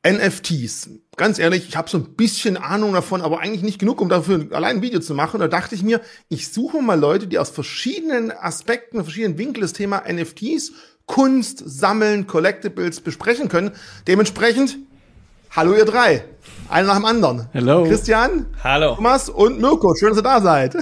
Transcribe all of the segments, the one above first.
NFTs. Ganz ehrlich, ich habe so ein bisschen Ahnung davon, aber eigentlich nicht genug, um dafür allein ein Video zu machen. Da dachte ich mir, ich suche mal Leute, die aus verschiedenen Aspekten, verschiedenen Winkeln das Thema NFTs, Kunst, Sammeln, Collectibles besprechen können. Dementsprechend, hallo ihr drei. Einer nach dem anderen. Hallo. Christian, hallo. Thomas und Mirko. Schön, dass ihr da seid.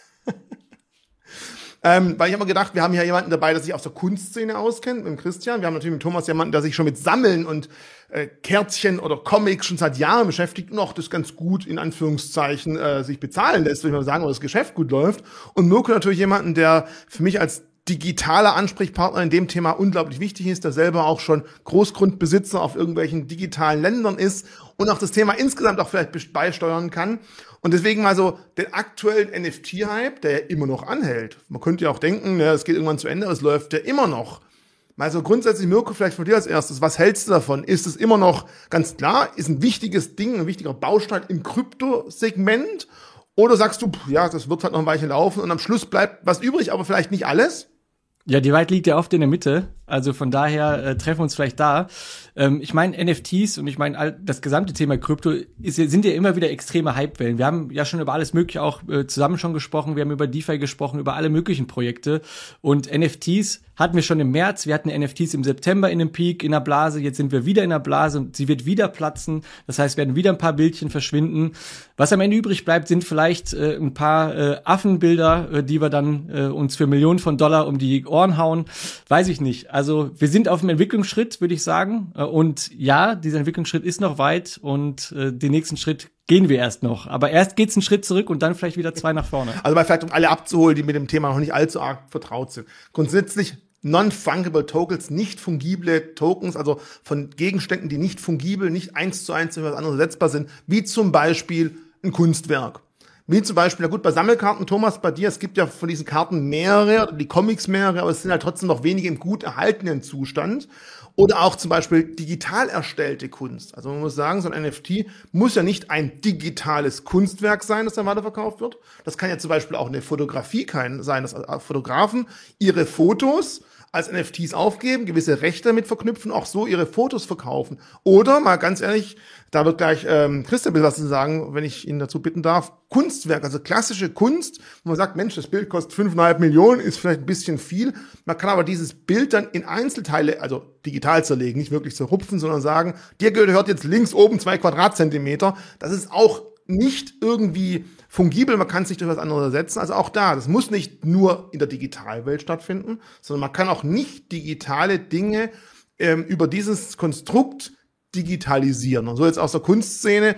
Weil ich habe mir gedacht, wir haben hier jemanden dabei, der sich aus der Kunstszene auskennt, mit dem Christian. Wir haben natürlich mit Thomas jemanden, der sich schon mit Sammeln und Kärtchen oder Comics schon seit Jahren beschäftigt und auch das ganz gut, in Anführungszeichen, sich bezahlen lässt, würde ich mal sagen, wo das Geschäft gut läuft. Und Mirko natürlich jemanden, der für mich als digitaler Ansprechpartner in dem Thema unglaublich wichtig ist, der selber auch schon Großgrundbesitzer auf irgendwelchen digitalen Ländern ist und auch das Thema insgesamt auch vielleicht beisteuern kann. Und deswegen mal so den aktuellen NFT-Hype, der ja immer noch anhält. Man könnte ja auch denken, es geht irgendwann zu Ende, aber es läuft ja immer noch. Mal so grundsätzlich, Mirko, vielleicht von dir als erstes, was hältst du davon? Ist es immer noch ganz klar, ist ein wichtiges Ding, ein wichtiger Baustein im Kryptosegment? Oder sagst du, ja, das wird halt noch ein Weilchen laufen und am Schluss bleibt was übrig, aber vielleicht nicht alles? Ja, die Wahrheit liegt ja oft in der Mitte. Also von daher treffen wir uns vielleicht da. Ich meine, NFTs und ich meine, das gesamte Thema Krypto sind ja immer wieder extreme Hypewellen. Wir haben ja schon über alles Mögliche auch zusammen schon gesprochen. Wir haben über DeFi gesprochen, über alle möglichen Projekte. Und NFTs hatten wir schon im März. Wir hatten NFTs im September in einem Peak, in der Blase. Jetzt sind wir wieder in der Blase und sie wird wieder platzen. Das heißt, werden wieder ein paar Bildchen verschwinden. Was am Ende übrig bleibt, sind vielleicht ein paar Affenbilder, die wir dann uns für Millionen von Dollar um die Ohren hauen. Weiß ich nicht. Also wir sind auf dem Entwicklungsschritt, würde ich sagen. Und ja, dieser Entwicklungsschritt ist noch weit und den nächsten Schritt gehen wir erst noch. Aber erst geht's einen Schritt zurück und dann vielleicht wieder 2 nach vorne. Also mal vielleicht, um alle abzuholen, die mit dem Thema noch nicht allzu arg vertraut sind. Grundsätzlich non-fungible Tokens, nicht fungible Tokens, also von Gegenständen, die nicht fungibel, nicht 1:1 in was anderes ersetzbar sind, wie zum Beispiel ein Kunstwerk. Wie zum Beispiel, na gut, bei Sammelkarten, Thomas, bei dir, es gibt ja von diesen Karten mehrere, die Comics mehrere, aber es sind halt trotzdem noch wenige im gut erhaltenen Zustand. Oder auch zum Beispiel digital erstellte Kunst. Also man muss sagen, so ein NFT muss ja nicht ein digitales Kunstwerk sein, das dann weiterverkauft wird. Das kann ja zum Beispiel auch eine Fotografie sein, dass Fotografen ihre Fotos als NFTs aufgeben, gewisse Rechte damit verknüpfen, auch so ihre Fotos verkaufen. Oder, mal ganz ehrlich, da wird gleich Christian was zu sagen, wenn ich ihn dazu bitten darf, Kunstwerk, also klassische Kunst, wo man sagt, Mensch, das Bild kostet 5,5 Millionen, ist vielleicht ein bisschen viel. Man kann aber dieses Bild dann in Einzelteile, also digital zerlegen, nicht wirklich zerrupfen, sondern sagen, dir gehört jetzt links oben 2 Quadratzentimeter. Das ist auch nicht irgendwie fungibel, man kann es nicht durch was anderes ersetzen. Also auch da, das muss nicht nur in der Digitalwelt stattfinden, sondern man kann auch nicht digitale Dinge über dieses Konstrukt digitalisieren. Und so jetzt aus der Kunstszene,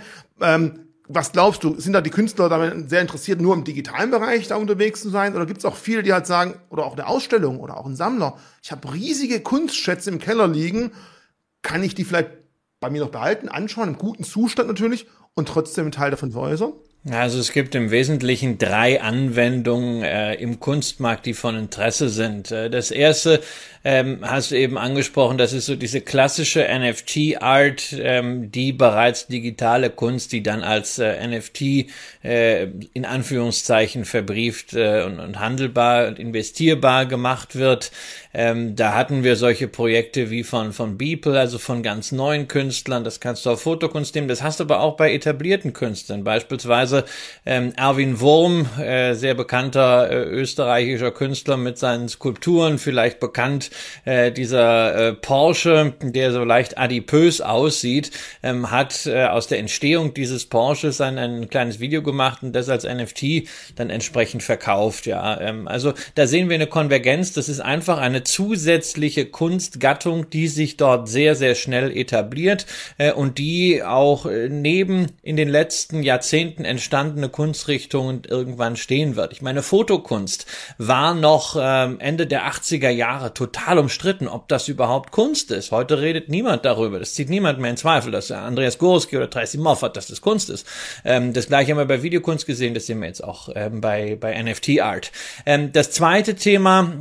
was glaubst du, sind da die Künstler damit sehr interessiert, nur im digitalen Bereich da unterwegs zu sein? Oder gibt es auch viele, die halt sagen, oder auch eine Ausstellung oder auch ein Sammler, ich habe riesige Kunstschätze im Keller liegen, kann ich die vielleicht bei mir noch behalten, anschauen, im guten Zustand natürlich und trotzdem einen Teil davon veräußern? Also es gibt im Wesentlichen 3 Anwendungen im Kunstmarkt, die von Interesse sind. Das erste hast du eben angesprochen, das ist so diese klassische NFT-Art, die bereits digitale Kunst, die dann als NFT in Anführungszeichen verbrieft und handelbar und investierbar gemacht wird. Da hatten wir solche Projekte wie von Beeple, also von ganz neuen Künstlern. Das kannst du auf Fotokunst nehmen. Das hast du aber auch bei etablierten Künstlern. Beispielsweise Erwin Wurm, sehr bekannter österreichischer Künstler mit seinen Skulpturen, vielleicht bekannt dieser Porsche, der so leicht adipös aussieht, hat aus der Entstehung dieses Porsches ein kleines Video gemacht und das als NFT dann entsprechend verkauft. Ja, also da sehen wir eine Konvergenz. Das ist einfach eine zusätzliche Kunstgattung, die sich dort sehr, sehr schnell etabliert und die auch neben in den letzten Jahrzehnten entstandene Kunstrichtungen irgendwann stehen wird. Ich meine, Fotokunst war noch Ende der 80er Jahre total umstritten, ob das überhaupt Kunst ist. Heute redet niemand darüber. Das zieht niemand mehr in Zweifel, dass Andreas Gursky oder Tracy Moffat, dass das Kunst ist. Das gleiche haben wir bei Videokunst gesehen, das sehen wir jetzt auch bei NFT-Art. Das zweite Thema,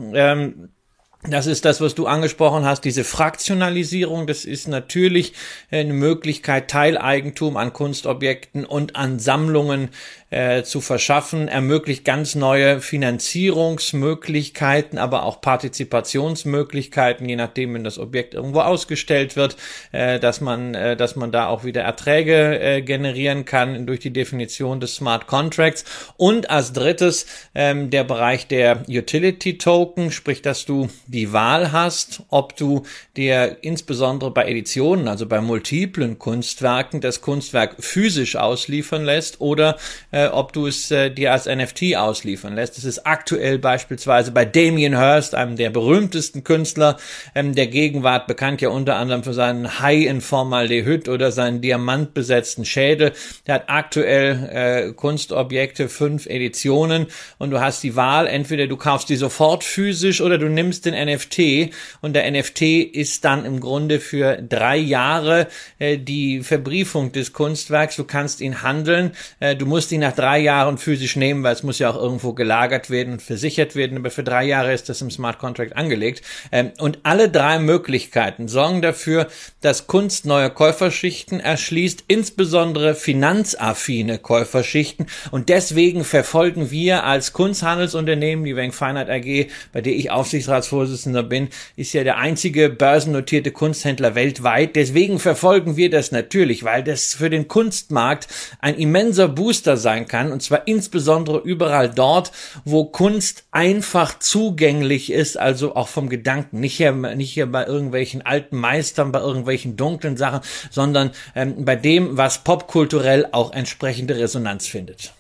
das ist das, was du angesprochen hast, diese Fraktionalisierung. Das ist natürlich eine Möglichkeit, Teileigentum an Kunstobjekten und an Sammlungen zu verschaffen, ermöglicht ganz neue Finanzierungsmöglichkeiten, aber auch Partizipationsmöglichkeiten, je nachdem, wenn das Objekt irgendwo ausgestellt wird, dass man da auch wieder Erträge generieren kann durch die Definition des Smart Contracts. Und als drittes der Bereich der Utility Token, sprich, dass du die Wahl hast, ob du dir insbesondere bei Editionen, also bei multiplen Kunstwerken, das Kunstwerk physisch ausliefern lässt oder ob du es dir als NFT ausliefern lässt. Das ist aktuell beispielsweise bei Damien Hirst, einem der berühmtesten Künstler der Gegenwart, bekannt ja unter anderem für seinen Hai in Formaldehyd oder seinen diamantbesetzten Schädel. Der hat aktuell Kunstobjekte, 5 Editionen und du hast die Wahl, entweder du kaufst die sofort physisch oder du nimmst den NFT und der NFT ist dann im Grunde für 3 Jahre die Verbriefung des Kunstwerks. Du kannst ihn handeln, du musst ihn nach 3 Jahren physisch nehmen, weil es muss ja auch irgendwo gelagert werden und versichert werden, aber für 3 Jahre ist das im Smart Contract angelegt. Und alle 3 Möglichkeiten sorgen dafür, dass Kunst neue Käuferschichten erschließt, insbesondere finanzaffine Käuferschichten. Und deswegen verfolgen wir als Kunsthandelsunternehmen, die Wenk Feinert AG, bei der ich Aufsichtsratsvorsitzender bin, ist ja der einzige börsennotierte Kunsthändler weltweit. Deswegen verfolgen wir das natürlich, weil das für den Kunstmarkt ein immenser Booster sein kann, und zwar insbesondere überall dort, wo Kunst einfach zugänglich ist, also auch vom Gedanken, nicht hier bei irgendwelchen alten Meistern, bei irgendwelchen dunklen Sachen, sondern bei dem, was popkulturell auch entsprechende Resonanz findet.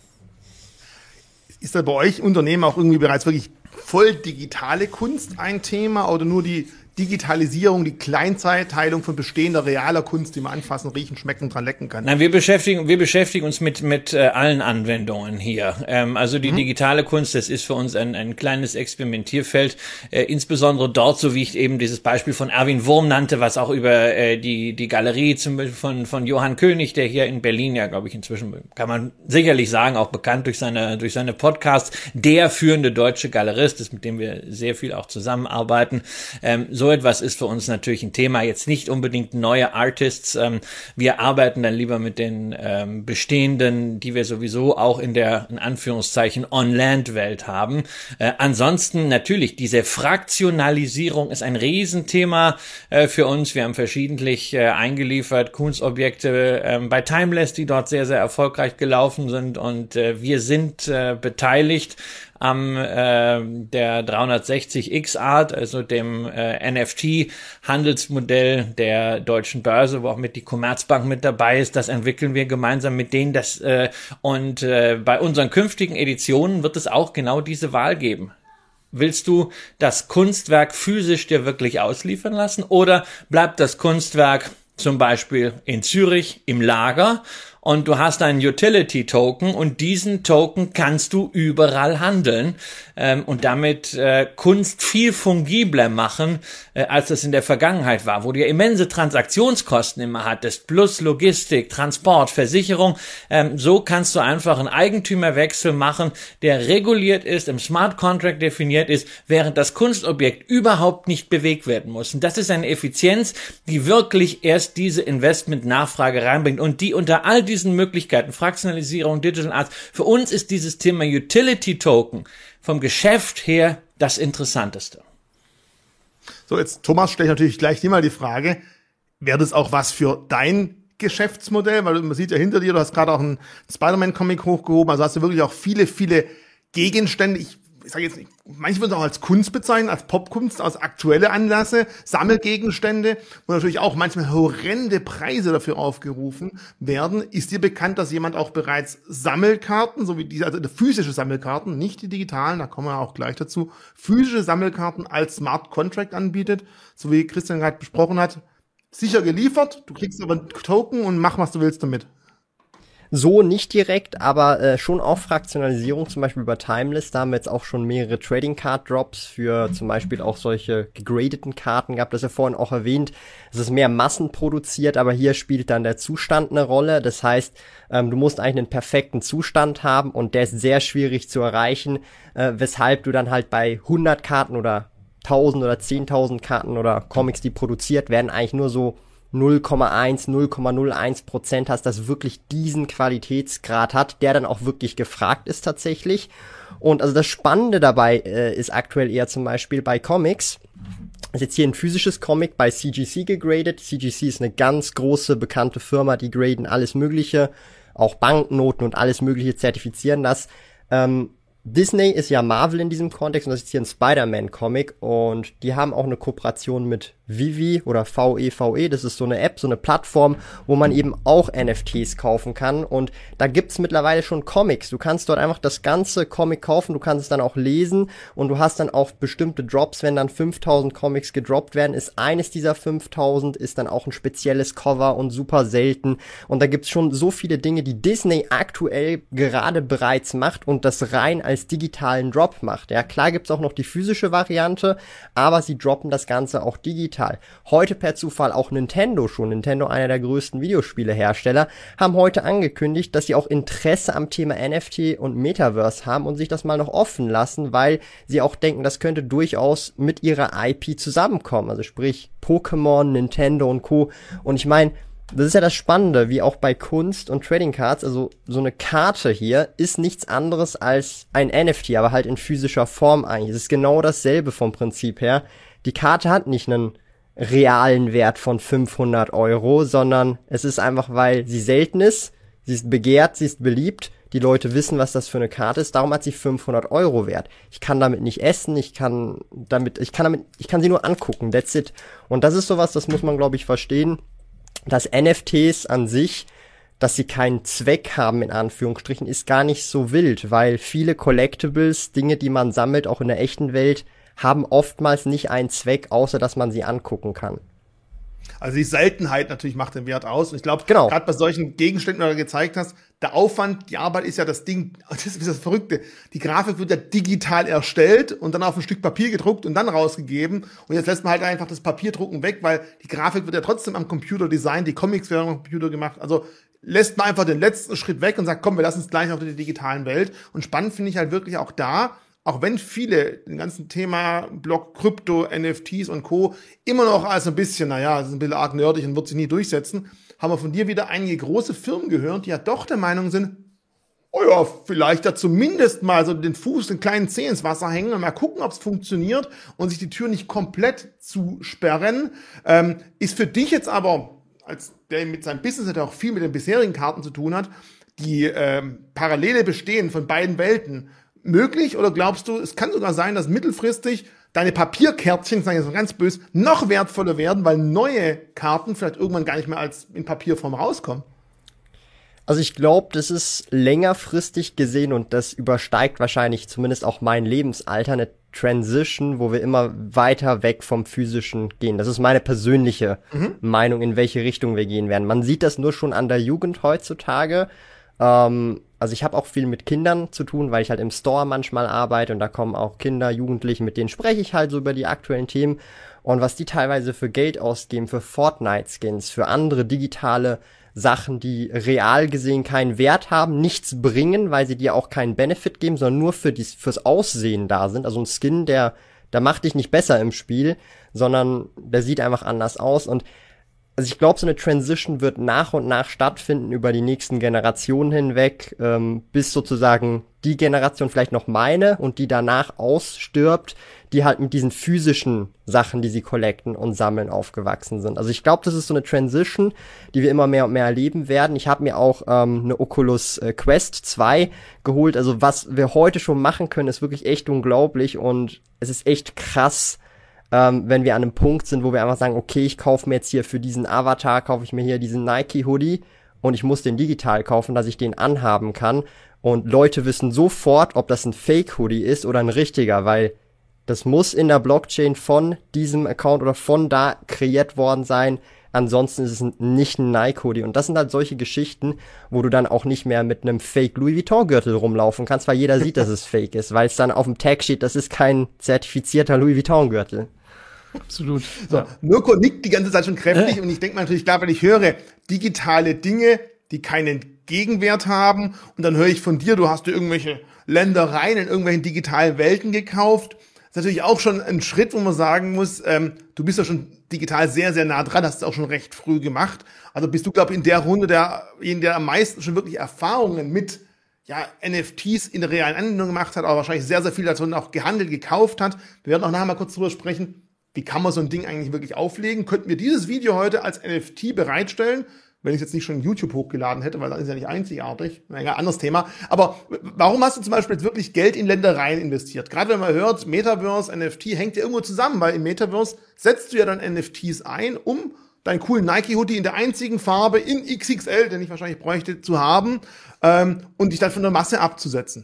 Ist da bei euch Unternehmen auch irgendwie bereits wirklich voll digitale Kunst ein Thema oder nur die Digitalisierung, die Kleinteilung von bestehender realer Kunst, die man anfassen, riechen, schmecken, dran lecken kann? Nein, wir beschäftigen uns mit allen Anwendungen hier. Also die digitale Kunst, das ist für uns ein kleines Experimentierfeld, insbesondere dort, so wie ich eben dieses Beispiel von Erwin Wurm nannte, was auch über die Galerie zum Beispiel von Johann König, der hier in Berlin ja, glaube ich, inzwischen, kann man sicherlich sagen, auch bekannt durch seine Podcasts, der führende deutsche Galerist ist, mit dem wir sehr viel auch zusammenarbeiten. So etwas ist für uns natürlich ein Thema, jetzt nicht unbedingt neue Artists. Wir arbeiten dann lieber mit den bestehenden, die wir sowieso auch in der, in Anführungszeichen, On-Land-Welt haben. Ansonsten natürlich, diese Fraktionalisierung ist ein Riesenthema für uns. Wir haben verschiedentlich eingeliefert Kunstobjekte bei Timeless, die dort sehr, sehr erfolgreich gelaufen sind, und wir sind beteiligt am der 360X Art, also dem NFT-Handelsmodell der Deutschen Börse, wo auch mit die Commerzbank mit dabei ist. Das entwickeln wir gemeinsam mit denen. Bei unseren künftigen Editionen wird es auch genau diese Wahl geben. Willst du das Kunstwerk physisch dir wirklich ausliefern lassen oder bleibt das Kunstwerk zum Beispiel in Zürich im Lager und du hast einen Utility-Token und diesen Token kannst du überall handeln und damit Kunst viel fungibler machen, als es in der Vergangenheit war, wo du ja immense Transaktionskosten immer hattest, plus Logistik, Transport, Versicherung. So kannst du einfach einen Eigentümerwechsel machen, der reguliert ist, im Smart Contract definiert ist, während das Kunstobjekt überhaupt nicht bewegt werden muss. Und das ist eine Effizienz, die wirklich erst diese Investment-Nachfrage reinbringt und die unter all diesen Möglichkeiten, Fraktionalisierung, Digital Arts, für uns ist dieses Thema Utility Token vom Geschäft her das Interessanteste. So, jetzt Thomas, stelle ich natürlich gleich dir mal die Frage, wäre das auch was für dein Geschäftsmodell? Weil man sieht ja hinter dir, du hast gerade auch einen Spider-Man-Comic hochgehoben, also hast du wirklich auch viele, viele Gegenstände. Ich sage jetzt nicht, manche würden es auch als Kunst bezeichnen, als Popkunst, als aktuelle Anlässe, Sammelgegenstände, wo natürlich auch manchmal horrende Preise dafür aufgerufen werden. Ist dir bekannt, dass jemand auch bereits Sammelkarten, so wie diese, also physische Sammelkarten, nicht die digitalen, da kommen wir auch gleich dazu, physische Sammelkarten als Smart Contract anbietet, so wie Christian gerade besprochen hat, sicher geliefert, du kriegst aber einen Token und mach, was du willst damit. So nicht direkt, aber schon auch Fraktionalisierung, zum Beispiel über Timeless. Da haben wir jetzt auch schon mehrere Trading Card Drops für zum Beispiel auch solche gegradeten Karten gehabt. Das ist ja vorhin auch erwähnt. Es ist mehr massenproduziert, aber hier spielt dann der Zustand eine Rolle. Das heißt, du musst eigentlich einen perfekten Zustand haben und der ist sehr schwierig zu erreichen, weshalb du dann halt bei 100 Karten oder 1000 oder 10.000 Karten oder Comics, die produziert werden, eigentlich nur so 0,1, 0,01% hast, das wirklich diesen Qualitätsgrad hat, der dann auch wirklich gefragt ist tatsächlich. Und also das Spannende dabei ist aktuell eher zum Beispiel bei Comics. Das ist jetzt hier ein physisches Comic bei CGC gegradet. CGC ist eine ganz große, bekannte Firma, die graden alles Mögliche, auch Banknoten und alles Mögliche zertifizieren das. Disney ist ja Marvel in diesem Kontext und das ist hier ein Spider-Man-Comic und die haben auch eine Kooperation mit Vivi oder VEVE, das ist so eine App, so eine Plattform, wo man eben auch NFTs kaufen kann und da gibt's mittlerweile schon Comics. Du kannst dort einfach das ganze Comic kaufen, du kannst es dann auch lesen und du hast dann auch bestimmte Drops, wenn dann 5000 Comics gedroppt werden, ist eines dieser 5000, ist dann auch ein spezielles Cover und super selten und da gibt's schon so viele Dinge, die Disney aktuell gerade bereits macht und das rein als digitalen Drop macht. Ja, klar gibt's auch noch die physische Variante, aber sie droppen das Ganze auch digital. Heute per Zufall auch Nintendo schon. Nintendo, einer der größten Videospielehersteller, haben heute angekündigt, dass sie auch Interesse am Thema NFT und Metaverse haben und sich das mal noch offen lassen, weil sie auch denken, das könnte durchaus mit ihrer IP zusammenkommen. Also sprich Pokémon, Nintendo und Co. Und ich meine, das ist ja das Spannende, wie auch bei Kunst und Trading Cards, also so eine Karte hier ist nichts anderes als ein NFT, aber halt in physischer Form eigentlich. Es ist genau dasselbe vom Prinzip her. Die Karte hat nicht einen realen Wert von 500 Euro, sondern es ist einfach, weil sie selten ist, sie ist begehrt, sie ist beliebt, die Leute wissen, was das für eine Karte ist, darum hat sie 500 Euro wert. Ich kann damit nicht essen, ich kann sie nur angucken, that's it. Und das ist sowas, das muss man, glaube ich, verstehen, dass NFTs an sich, dass sie keinen Zweck haben, in Anführungsstrichen, ist gar nicht so wild, weil viele Collectibles, Dinge, die man sammelt, auch in der echten Welt, haben oftmals nicht einen Zweck, außer dass man sie angucken kann. Also die Seltenheit natürlich macht den Wert aus. Und ich glaube, genau, gerade bei solchen Gegenständen, die du gezeigt hast, der Aufwand, die Arbeit ist ja das Ding, das ist das Verrückte. Die Grafik wird ja digital erstellt und dann auf ein Stück Papier gedruckt und dann rausgegeben. Und jetzt lässt man halt einfach das Papierdrucken weg, weil die Grafik wird ja trotzdem am Computer designt, die Comics werden am Computer gemacht. Also lässt man einfach den letzten Schritt weg und sagt, komm, wir lassen es gleich auf die digitalen Welt. Und spannend finde ich halt wirklich auch da, auch wenn viele den ganzen Thema Block, Krypto, NFTs und Co. immer noch als ein bisschen, das ist ein bisschen arg nerdig und wird sich nie durchsetzen, haben wir von dir wieder einige große Firmen gehört, die ja doch der Meinung sind, oh ja, vielleicht da zumindest mal so den Fuß, den kleinen Zeh ins Wasser hängen und mal gucken, ob es funktioniert und sich die Tür nicht komplett zusperren. Ist für dich jetzt aber, als der mit seinem Business, der auch viel mit den bisherigen Karten zu tun hat, die Parallele bestehen von beiden Welten, möglich, oder glaubst du, es kann sogar sein, dass mittelfristig deine Papierkärtchen, sage ich jetzt mal ganz böse, noch wertvoller werden, weil neue Karten vielleicht irgendwann gar nicht mehr als in Papierform rauskommen? Also ich glaube, das ist längerfristig gesehen und das übersteigt wahrscheinlich zumindest auch mein Lebensalter, eine Transition, wo wir immer weiter weg vom Physischen gehen. Das ist meine persönliche Meinung, in welche Richtung wir gehen werden. Man sieht das nur schon an der Jugend heutzutage. Also ich habe auch viel mit Kindern zu tun, weil ich halt im Store manchmal arbeite und da kommen auch Kinder, Jugendliche, mit denen spreche ich halt so über die aktuellen Themen und was die teilweise für Geld ausgeben, für Fortnite-Skins, für andere digitale Sachen, die real gesehen keinen Wert haben, nichts bringen, weil sie dir auch keinen Benefit geben, sondern nur fürs Aussehen da sind. Also ein Skin, der macht dich nicht besser im Spiel, sondern der sieht einfach anders aus und also ich glaube, so eine Transition wird nach und nach stattfinden über die nächsten Generationen hinweg, bis sozusagen die Generation, vielleicht noch meine, und die danach ausstirbt, die halt mit diesen physischen Sachen, die sie collecten und sammeln, aufgewachsen sind. Also ich glaube, das ist so eine Transition, die wir immer mehr und mehr erleben werden. Ich habe mir auch eine Oculus Quest 2 geholt. Also was wir heute schon machen können, ist wirklich echt unglaublich und es ist echt krass, wenn wir an einem Punkt sind, wo wir einfach sagen, okay, ich kaufe mir jetzt hier für diesen Avatar, kaufe ich mir hier diesen Nike-Hoodie und ich muss den digital kaufen, dass ich den anhaben kann. Und Leute wissen sofort, ob das ein Fake-Hoodie ist oder ein richtiger, weil das muss in der Blockchain von diesem Account oder von da kreiert worden sein. Ansonsten ist es nicht ein Nike-Hoodie. Und das sind halt solche Geschichten, wo du dann auch nicht mehr mit einem Fake-Louis Vuitton-Gürtel rumlaufen kannst, weil jeder sieht, dass es fake ist, weil es dann auf dem Tag steht, das ist kein zertifizierter Louis Vuitton-Gürtel. Absolut. So, ja. Mirko nickt die ganze Zeit schon kräftig und ich denke mir natürlich, klar, wenn ich höre, digitale Dinge, die keinen Gegenwert haben und dann höre ich von dir, du hast dir irgendwelche Ländereien in irgendwelchen digitalen Welten gekauft. ist natürlich auch schon ein Schritt, wo man sagen muss, du bist ja schon digital sehr, sehr nah dran, hast du auch schon recht früh gemacht. Also bist du, glaube ich, in der Runde derjenige, der am meisten schon wirklich Erfahrungen mit NFTs in der realen Anwendung gemacht hat, aber wahrscheinlich sehr, sehr viel davon auch gehandelt, gekauft hat. Wir werden auch nachher mal kurz drüber sprechen, wie kann man so ein Ding eigentlich wirklich auflegen? Könnten wir dieses Video heute als NFT bereitstellen? Wenn ich es jetzt nicht schon in YouTube hochgeladen hätte, weil dann ist ja nicht einzigartig. Naja, anderes Thema. Aber warum hast du zum Beispiel jetzt wirklich Geld in Ländereien investiert? Gerade wenn man hört, Metaverse, NFT hängt ja irgendwo zusammen, weil im Metaverse setzt du ja dann NFTs ein, um deinen coolen Nike-Hoodie in der einzigen Farbe in XXL, den ich wahrscheinlich bräuchte, zu haben, und dich dann von der Masse abzusetzen.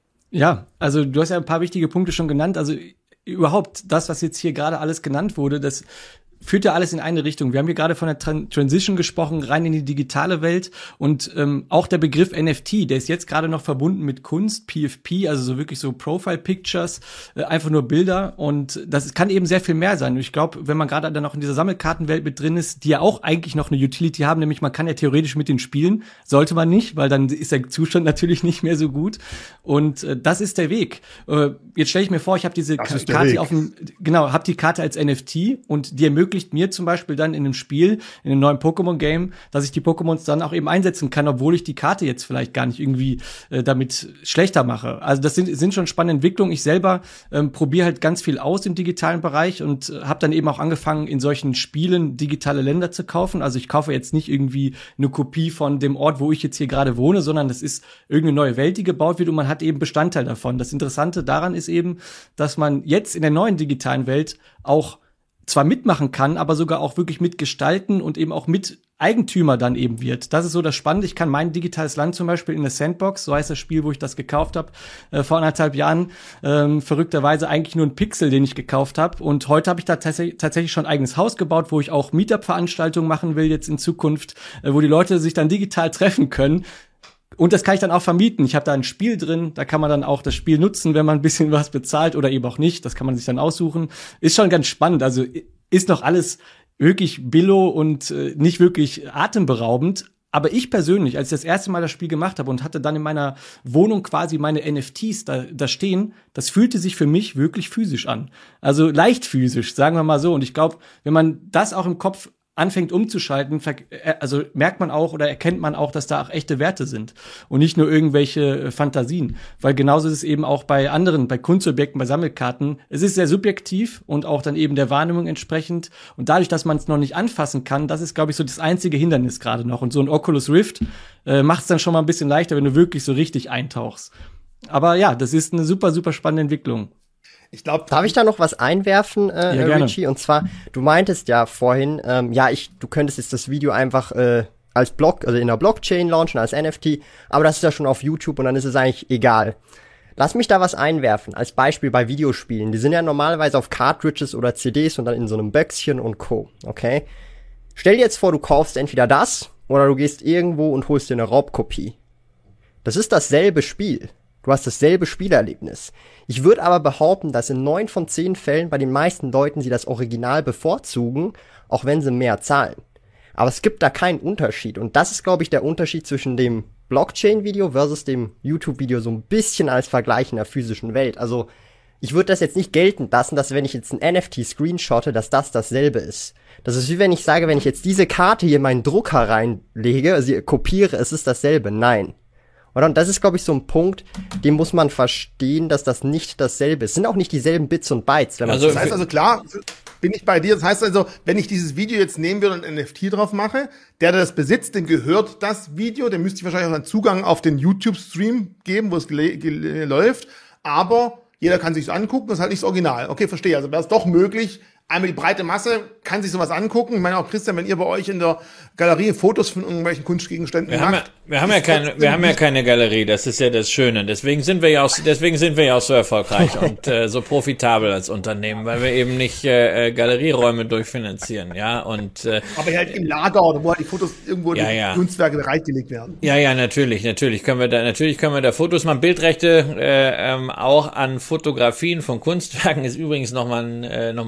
Ja, also du hast ja ein paar wichtige Punkte schon genannt. Also überhaupt das, was jetzt hier gerade alles genannt wurde, das führt ja alles in eine Richtung. Wir haben hier gerade von der Transition gesprochen, rein in die digitale Welt, und auch der Begriff NFT, der ist jetzt gerade noch verbunden mit Kunst, PFP, also so wirklich so Profile Pictures, einfach nur Bilder, und das kann eben sehr viel mehr sein. Und ich glaube, wenn man gerade dann noch in dieser Sammelkartenwelt mit drin ist, die ja auch eigentlich noch eine Utility haben, nämlich man kann ja theoretisch mit denen spielen, sollte man nicht, weil dann ist der Zustand natürlich nicht mehr so gut, und das ist der Weg. Jetzt stelle ich mir vor, ich habe diese Karte habe die Karte als NFT, und die ermöglicht mir zum Beispiel dann in einem Spiel, in einem neuen Pokémon-Game, dass ich die Pokémons dann auch eben einsetzen kann, obwohl ich die Karte jetzt vielleicht gar nicht irgendwie damit schlechter mache. Also das sind schon spannende Entwicklungen. Ich selber probiere halt ganz viel aus im digitalen Bereich und habe dann eben auch angefangen, in solchen Spielen digitale Länder zu kaufen. Also ich kaufe jetzt nicht irgendwie eine Kopie von dem Ort, wo ich jetzt hier gerade wohne, sondern das ist irgendeine neue Welt, die gebaut wird, und man hat eben Bestandteil davon. Das Interessante daran ist eben, dass man jetzt in der neuen digitalen Welt auch zwar mitmachen kann, aber sogar auch wirklich mitgestalten und eben auch mit Eigentümer dann eben wird. Das ist so das Spannende. Ich kann mein digitales Land zum Beispiel in der Sandbox, so heißt das Spiel, wo ich das gekauft habe, vor 1,5 Jahren, verrückterweise eigentlich nur ein Pixel, den ich gekauft habe. Und heute habe ich da tatsächlich schon ein eigenes Haus gebaut, wo ich auch Meetup-Veranstaltungen machen will jetzt in Zukunft, wo die Leute sich dann digital treffen können. Und das kann ich dann auch vermieten. Ich habe da ein Spiel drin, da kann man dann auch das Spiel nutzen, wenn man ein bisschen was bezahlt oder eben auch nicht. Das kann man sich dann aussuchen. Ist schon ganz spannend. Also ist noch alles wirklich billo und nicht wirklich atemberaubend. Aber ich persönlich, als ich das erste Mal das Spiel gemacht habe und hatte dann in meiner Wohnung quasi meine NFTs da stehen, das fühlte sich für mich wirklich physisch an. Also leicht physisch, sagen wir mal so. Und ich glaube, wenn man das auch im Kopf anfängt umzuschalten, also merkt man auch oder erkennt man auch, dass da auch echte Werte sind und nicht nur irgendwelche Fantasien. Weil genauso ist es eben auch bei Kunstobjekten, bei Sammelkarten. Es ist sehr subjektiv und auch dann eben der Wahrnehmung entsprechend. Und dadurch, dass man es noch nicht anfassen kann, das ist, glaube ich, so das einzige Hindernis gerade noch. Und so ein Oculus Rift macht es dann schon mal ein bisschen leichter, wenn du wirklich so richtig eintauchst. Aber ja, das ist eine super, super spannende Entwicklung. Ich glaube, darf ich da noch was einwerfen, Richie? Und zwar, du meintest ja vorhin, du könntest jetzt das Video einfach als also in der Blockchain launchen, als NFT, aber das ist ja schon auf YouTube und dann ist es eigentlich egal. Lass mich da was einwerfen, als Beispiel bei Videospielen. Die sind ja normalerweise auf Cartridges oder CDs und dann in so einem Böckchen und Co., okay? Stell dir jetzt vor, du kaufst entweder das oder du gehst irgendwo und holst dir eine Raubkopie. Das ist dasselbe Spiel. Du hast dasselbe Spielerlebnis. Ich würde aber behaupten, dass in 9 von 10 Fällen bei den meisten Leuten sie das Original bevorzugen, auch wenn sie mehr zahlen. Aber es gibt da keinen Unterschied. Und das ist, glaube ich, der Unterschied zwischen dem Blockchain-Video versus dem YouTube-Video so ein bisschen als Vergleich in der physischen Welt. Also ich würde das jetzt nicht geltend lassen, dass wenn ich jetzt ein NFT screenshotte, dass das dasselbe ist. Das ist wie wenn ich sage, wenn ich jetzt diese Karte hier in meinen Drucker reinlege, sie kopiere, es ist dasselbe. Nein. Oder? Und das ist, glaube ich, so ein Punkt, den muss man verstehen, dass das nicht dasselbe ist. Es sind auch nicht dieselben Bits und Bytes. Wenn man das heißt also, klar, bin ich bei dir. Das heißt also, wenn ich dieses Video jetzt nehmen würde und ein NFT drauf mache, der das besitzt, dem gehört das Video, dem müsste ich wahrscheinlich auch einen Zugang auf den YouTube-Stream geben, wo es läuft. Aber jeder kann sich's angucken, das ist halt nicht das Original. Okay, verstehe. Also wäre es doch möglich, einmal die breite Masse kann sich sowas angucken. Ich meine auch, Christian, wenn ihr bei euch in der Galerie Fotos von irgendwelchen Kunstgegenständen macht. Wir haben ja keine Galerie, das ist ja das Schöne. Deswegen sind wir ja auch so erfolgreich und so profitabel als Unternehmen, weil wir eben nicht Galerieräume durchfinanzieren, ja, und aber halt im Lager oder wo halt die Fotos irgendwo in die Kunstwerke bereitgelegt werden. Ja, natürlich können wir da Fotos machen. Bildrechte auch an Fotografien von Kunstwerken ist übrigens noch mal ein ganz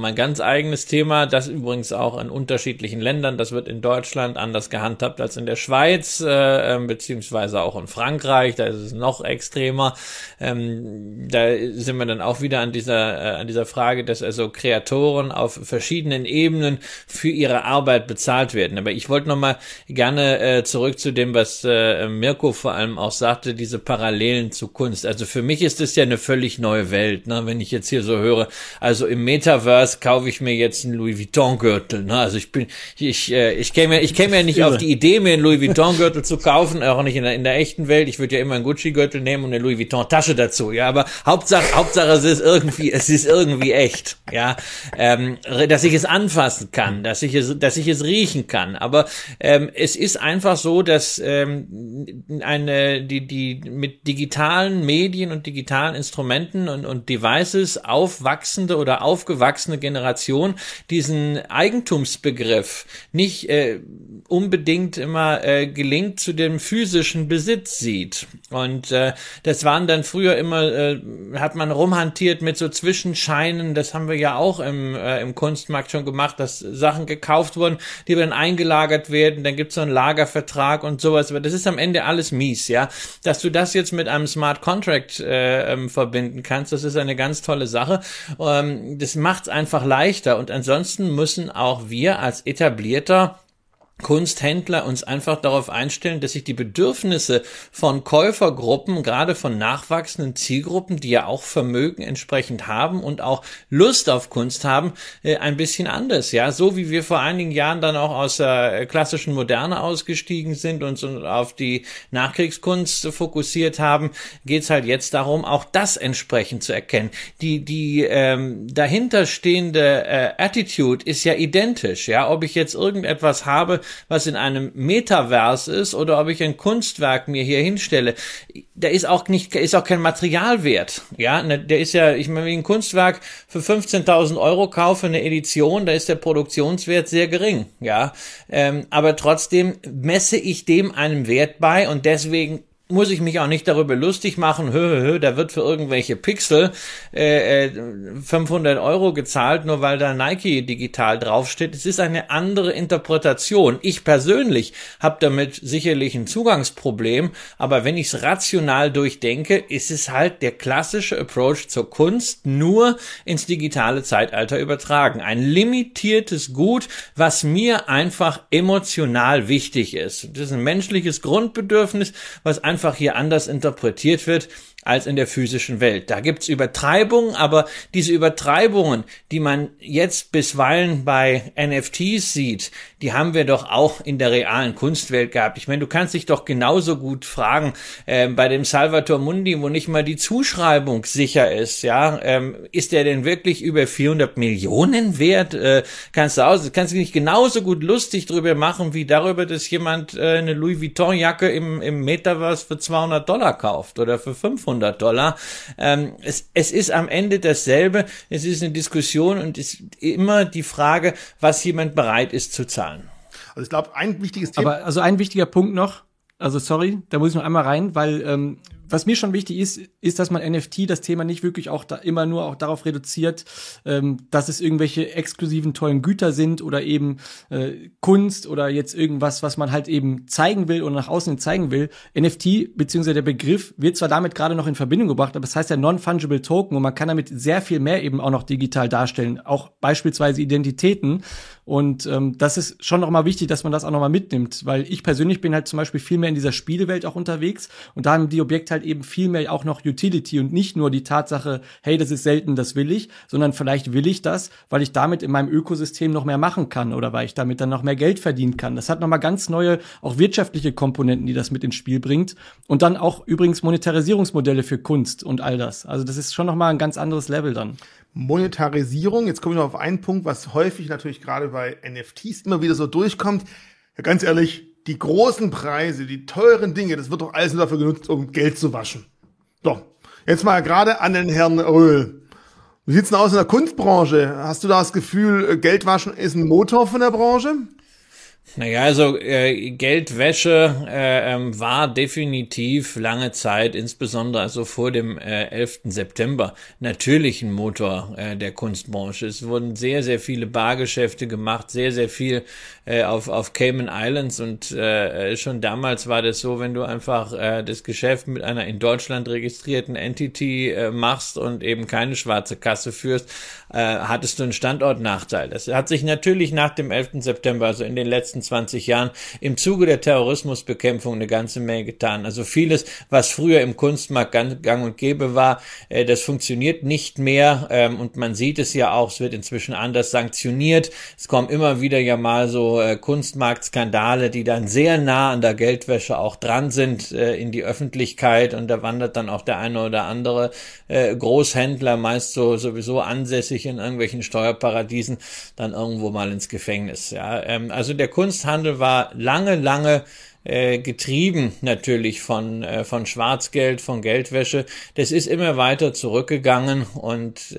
eigenes Thema, das übrigens auch in unterschiedlichen Ländern, das wird in Deutschland anders gehandhabt als in der Schweiz, beziehungsweise auch in Frankreich, da ist es noch extremer. Da sind wir dann auch wieder an dieser Frage, dass also Kreatoren auf verschiedenen Ebenen für ihre Arbeit bezahlt werden. Aber ich wollte nochmal gerne zurück zu dem, was Mirko vor allem auch sagte, diese Parallelen zu Kunst. Also für mich ist es ja eine völlig neue Welt, ne? Wenn ich jetzt hier so höre, also im Metaverse kaufe ich mir jetzt einen Louis Vuitton Gürtel, ne? Also ich käme ja nicht auf die Idee, mir einen Louis Vuitton Gürtel zu kaufen, auch nicht in der echten Welt. Ich würde ja immer einen Gucci Gürtel nehmen und eine Louis Vuitton Tasche dazu, ja, aber Hauptsache es ist irgendwie echt, ja, dass ich es anfassen kann, dass ich es riechen kann, aber es ist einfach so, dass die mit digitalen Medien und digitalen Instrumenten und Devices aufwachsende oder aufgewachsene Generation diesen Eigentumsbegriff nicht unbedingt immer gelingt zu dem physischen Besitz sieht. Und das waren dann früher immer, hat man rumhantiert mit so Zwischenscheinen, das haben wir ja auch im Kunstmarkt schon gemacht, dass Sachen gekauft wurden, die dann eingelagert werden, dann gibt's so einen Lagervertrag und sowas, aber das ist am Ende alles mies, ja. Dass du das jetzt mit einem Smart Contract verbinden kannst, das ist eine ganz tolle Sache. Das macht's einfach leichter und ansonsten müssen auch wir als etablierter Kunsthändler uns einfach darauf einstellen, dass sich die Bedürfnisse von Käufergruppen, gerade von nachwachsenden Zielgruppen, die ja auch Vermögen entsprechend haben und auch Lust auf Kunst haben, ein bisschen anders, ja, so wie wir vor einigen Jahren dann auch aus der klassischen Moderne ausgestiegen sind und so auf die Nachkriegskunst fokussiert haben, geht's halt jetzt darum, auch das entsprechend zu erkennen. Die dahinterstehende Attitude ist ja identisch, ja, ob ich jetzt irgendetwas habe, was in einem Metaverse ist oder ob ich ein Kunstwerk mir hier hinstelle, da ist auch kein Materialwert, ja, der ist ja, ich meine, wenn ich ein Kunstwerk für 15.000 Euro kaufe, eine Edition, da ist der Produktionswert sehr gering, ja, aber trotzdem messe ich dem einen Wert bei und deswegen muss ich mich auch nicht darüber lustig machen, da wird für irgendwelche Pixel 500 Euro gezahlt, nur weil da Nike digital draufsteht. Es ist eine andere Interpretation. Ich persönlich habe damit sicherlich ein Zugangsproblem, aber wenn ich es rational durchdenke, ist es halt der klassische Approach zur Kunst, nur ins digitale Zeitalter übertragen. Ein limitiertes Gut, was mir einfach emotional wichtig ist. Das ist ein menschliches Grundbedürfnis, was einfach hier anders interpretiert wird als in der physischen Welt. Da gibt's Übertreibungen, aber diese Übertreibungen, die man jetzt bisweilen bei NFTs sieht, die haben wir doch auch in der realen Kunstwelt gehabt. Ich meine, du kannst dich doch genauso gut fragen, bei dem Salvator Mundi, wo nicht mal die Zuschreibung sicher ist, ja, ist der denn wirklich über 400 Millionen wert? Kannst du nicht genauso gut lustig drüber machen, wie darüber, dass jemand eine Louis Vuitton Jacke im Metaverse für $200 kauft oder für $500. Es ist am Ende dasselbe, es ist eine Diskussion und es ist immer die Frage, was jemand bereit ist zu zahlen. Also ich glaube, ein wichtiges Thema. Aber also ein wichtiger Punkt noch, also sorry, da muss ich noch einmal rein, weil was mir schon wichtig ist, dass man NFT, das Thema nicht wirklich auch immer nur auch darauf reduziert, dass es irgendwelche exklusiven tollen Güter sind oder eben Kunst oder jetzt irgendwas, was man halt eben zeigen will oder nach außen hin zeigen will. NFT, beziehungsweise der Begriff, wird zwar damit gerade noch in Verbindung gebracht, aber es heißt ja Non-Fungible Token und man kann damit sehr viel mehr eben auch noch digital darstellen, auch beispielsweise Identitäten. Und das ist schon noch mal wichtig, dass man das auch noch mal mitnimmt, weil ich persönlich bin halt zum Beispiel viel mehr in dieser Spielewelt auch unterwegs und da haben die Objekte halt eben viel mehr auch noch Utility und nicht nur die Tatsache, hey, das ist selten, das will ich, sondern vielleicht will ich das, weil ich damit in meinem Ökosystem noch mehr machen kann oder weil ich damit dann noch mehr Geld verdienen kann. Das hat noch mal ganz neue, auch wirtschaftliche Komponenten, die das mit ins Spiel bringt und dann auch übrigens Monetarisierungsmodelle für Kunst und all das. Also das ist schon noch mal ein ganz anderes Level dann. Monetarisierung, jetzt komme ich noch auf einen Punkt, was häufig natürlich gerade bei NFTs immer wieder so durchkommt. Ja, ganz ehrlich, die großen Preise, die teuren Dinge, das wird doch alles nur dafür genutzt, um Geld zu waschen. So, jetzt mal gerade an den Herrn Röhl. Wie sieht's denn aus in der Kunstbranche? Hast du da das Gefühl, Geldwaschen ist ein Motor von der Branche? Naja, also Geldwäsche war definitiv lange Zeit, insbesondere also vor dem 11. September, natürlich ein Motor der Kunstbranche. Es wurden sehr, sehr viele Bargeschäfte gemacht, sehr, sehr viel auf Cayman Islands und schon damals war das so, wenn du einfach das Geschäft mit einer in Deutschland registrierten Entity machst und eben keine schwarze Kasse führst, hattest du einen Standortnachteil. Das hat sich natürlich nach dem 11. September, also in den letzten 20 Jahren, im Zuge der Terrorismusbekämpfung eine ganze Menge getan. Also vieles, was früher im Kunstmarkt gang und gäbe war, das funktioniert nicht mehr und man sieht es ja auch, es wird inzwischen anders sanktioniert. Es kommen immer wieder ja mal so Kunstmarktskandale, die dann sehr nah an der Geldwäsche auch dran sind in die Öffentlichkeit und da wandert dann auch der eine oder andere Großhändler, meist so sowieso ansässig in irgendwelchen Steuerparadiesen, dann irgendwo mal ins Gefängnis. Ja, also der Kunsthandel war lange getrieben natürlich von Schwarzgeld, von Geldwäsche. Das ist immer weiter zurückgegangen und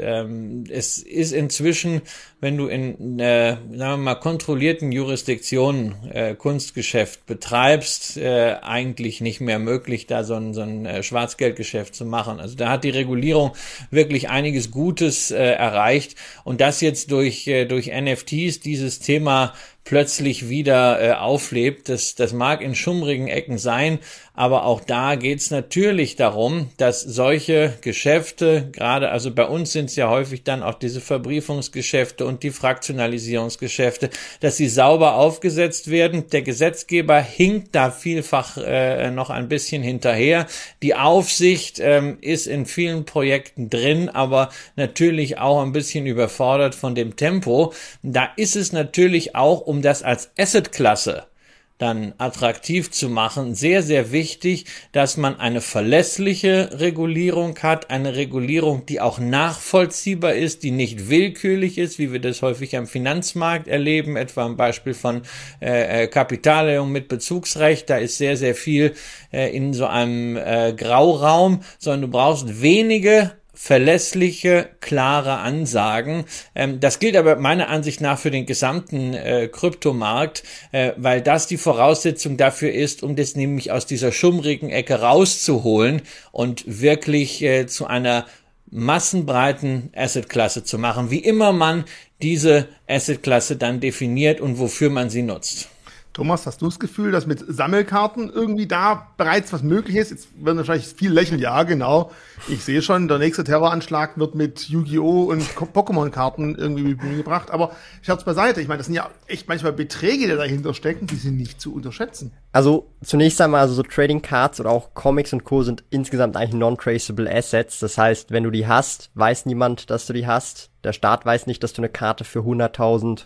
es ist inzwischen, wenn du in sagen wir mal kontrollierten Jurisdiktionen Kunstgeschäft betreibst, eigentlich nicht mehr möglich, da so ein Schwarzgeldgeschäft zu machen. Also da hat die Regulierung wirklich einiges Gutes erreicht und das jetzt durch NFTs dieses Thema plötzlich wieder auflebt. Das mag in schummrigen Ecken sein, aber auch da geht's natürlich darum, dass solche Geschäfte, gerade also bei uns sind es ja häufig dann auch diese Verbriefungsgeschäfte und die Fraktionalisierungsgeschäfte, dass sie sauber aufgesetzt werden. Der Gesetzgeber hinkt da vielfach noch ein bisschen hinterher. Die Aufsicht ist in vielen Projekten drin, aber natürlich auch ein bisschen überfordert von dem Tempo. Da ist es natürlich auch, um das als Assetklasse dann attraktiv zu machen, sehr, sehr wichtig, dass man eine verlässliche Regulierung hat, eine Regulierung, die auch nachvollziehbar ist, die nicht willkürlich ist, wie wir das häufig am Finanzmarkt erleben, etwa am Beispiel von Kapitalerhöhung mit Bezugsrecht, da ist sehr, sehr viel in so einem Grauraum, sondern du brauchst wenige verlässliche, klare Ansagen. Das gilt aber meiner Ansicht nach für den gesamten Kryptomarkt, weil das die Voraussetzung dafür ist, um das nämlich aus dieser schummrigen Ecke rauszuholen und wirklich zu einer massenbreiten Assetklasse zu machen, wie immer man diese Assetklasse dann definiert und wofür man sie nutzt. Thomas, hast du das Gefühl, dass mit Sammelkarten irgendwie da bereits was möglich ist? Jetzt werden wahrscheinlich viel lächeln. Ja, genau. Ich sehe schon, der nächste Terroranschlag wird mit Yu-Gi-Oh! Und Pokémon-Karten irgendwie gebracht. Aber ich hab's beiseite. Ich meine, das sind ja echt manchmal Beträge, die dahinter stecken, die sind nicht zu unterschätzen. Also zunächst einmal, also so Trading Cards oder auch Comics und Co. sind insgesamt eigentlich non-traceable Assets. Das heißt, wenn du die hast, weiß niemand, dass du die hast. Der Staat weiß nicht, dass du eine Karte für 100.000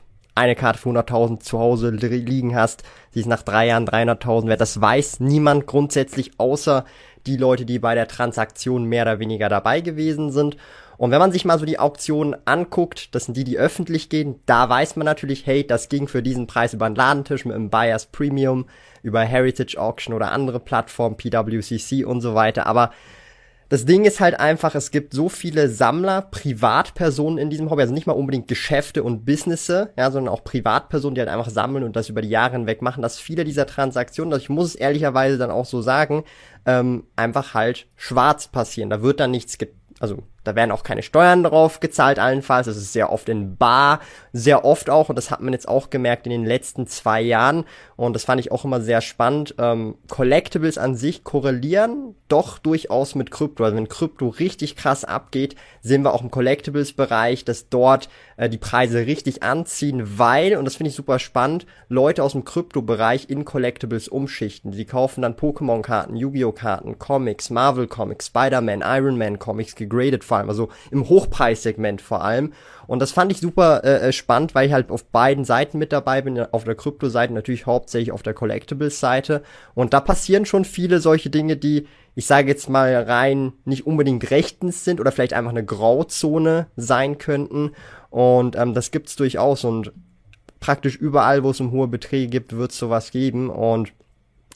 zu Hause liegen hast, sie ist nach 3 Jahren 300.000 wert. Das weiß niemand grundsätzlich, außer die Leute, die bei der Transaktion mehr oder weniger dabei gewesen sind. Und wenn man sich mal so die Auktionen anguckt, das sind die öffentlich gehen, da weiß man natürlich, hey, das ging für diesen Preis über den Ladentisch mit einem Buyers Premium, über Heritage Auction oder andere Plattformen, PWCC und so weiter. Aber das Ding ist halt einfach, es gibt so viele Sammler, Privatpersonen in diesem Hobby, also nicht mal unbedingt Geschäfte und Businesse, ja, sondern auch Privatpersonen, die halt einfach sammeln und das über die Jahre hinweg machen, dass viele dieser Transaktionen, ich muss es ehrlicherweise dann auch so sagen, einfach halt schwarz passieren. Da wird dann nichts also da werden auch keine Steuern drauf gezahlt allenfalls. Das ist sehr oft in bar, sehr oft auch. Und das hat man jetzt auch gemerkt in den letzten 2 Jahren. Und das fand ich auch immer sehr spannend. Collectibles an sich korrelieren doch durchaus mit Krypto. Also wenn Krypto richtig krass abgeht, sehen wir auch im Collectibles-Bereich, dass dort die Preise richtig anziehen, weil, und das finde ich super spannend, Leute aus dem Krypto-Bereich in Collectibles umschichten. Sie kaufen dann Pokémon-Karten, Yu-Gi-Oh! Karten, Comics, Marvel-Comics, Spider-Man, Iron Man-Comics, gegradet vor allem, also im Hochpreissegment vor allem. Und das fand ich super spannend, weil ich halt auf beiden Seiten mit dabei bin, auf der Krypto-Seite, natürlich hauptsächlich auf der Collectibles-Seite. Und da passieren schon viele solche Dinge, die, ich sage jetzt mal rein, nicht unbedingt rechtens sind oder vielleicht einfach eine Grauzone sein könnten. Und das gibt's durchaus und praktisch überall, wo es um hohe Beträge gibt, wird es sowas geben. Und